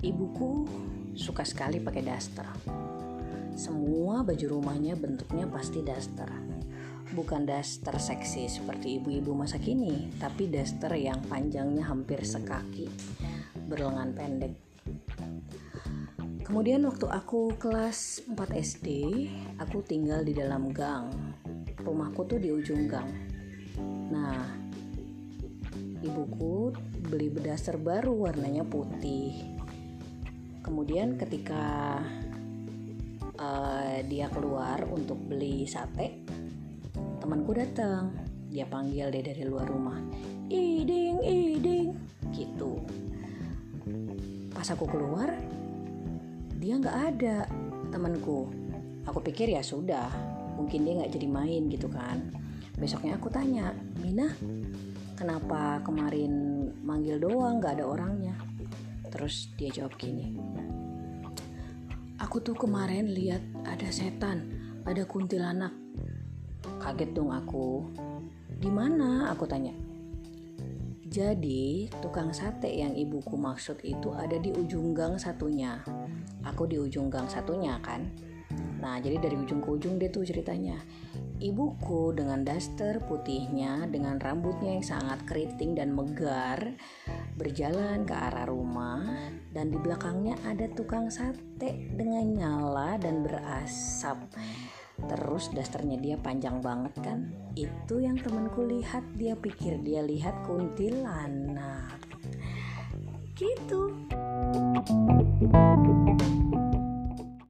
Ibuku suka sekali pakai daster. Semua baju rumahnya bentuknya pasti daster. Bukan daster seksi seperti ibu-ibu masa kini, tapi daster yang panjangnya hampir sekaki, berlengan pendek. Kemudian waktu aku kelas 4 SD, aku tinggal di dalam gang. Rumahku tuh di ujung gang. Nah, ibuku beli daster baru warnanya putih. Kemudian ketika dia keluar untuk beli sate, temanku datang. Dia panggil dia dari luar rumah, iding iding gitu. Pas aku keluar, dia nggak ada, temanku. Aku pikir ya sudah, mungkin dia nggak jadi main gitu kan. Besoknya aku tanya, Mina, kenapa kemarin manggil doang nggak ada orangnya? Terus dia jawab gini, aku tuh kemarin lihat ada setan, ada kuntilanak. Kaget dong aku. Di mana? Aku tanya. Jadi tukang sate yang ibuku maksud itu ada di ujung gang satunya. Aku di ujung gang satunya kan. Nah, jadi dari ujung ke ujung dia tuh ceritanya. Ibuku dengan daster putihnya, dengan rambutnya yang sangat keriting dan megar, berjalan ke arah rumah, dan di belakangnya ada tukang sate dengan nyala dan berasap. Terus dasternya dia panjang banget kan. Itu yang temanku lihat. Dia pikir dia lihat kuntilanak gitu.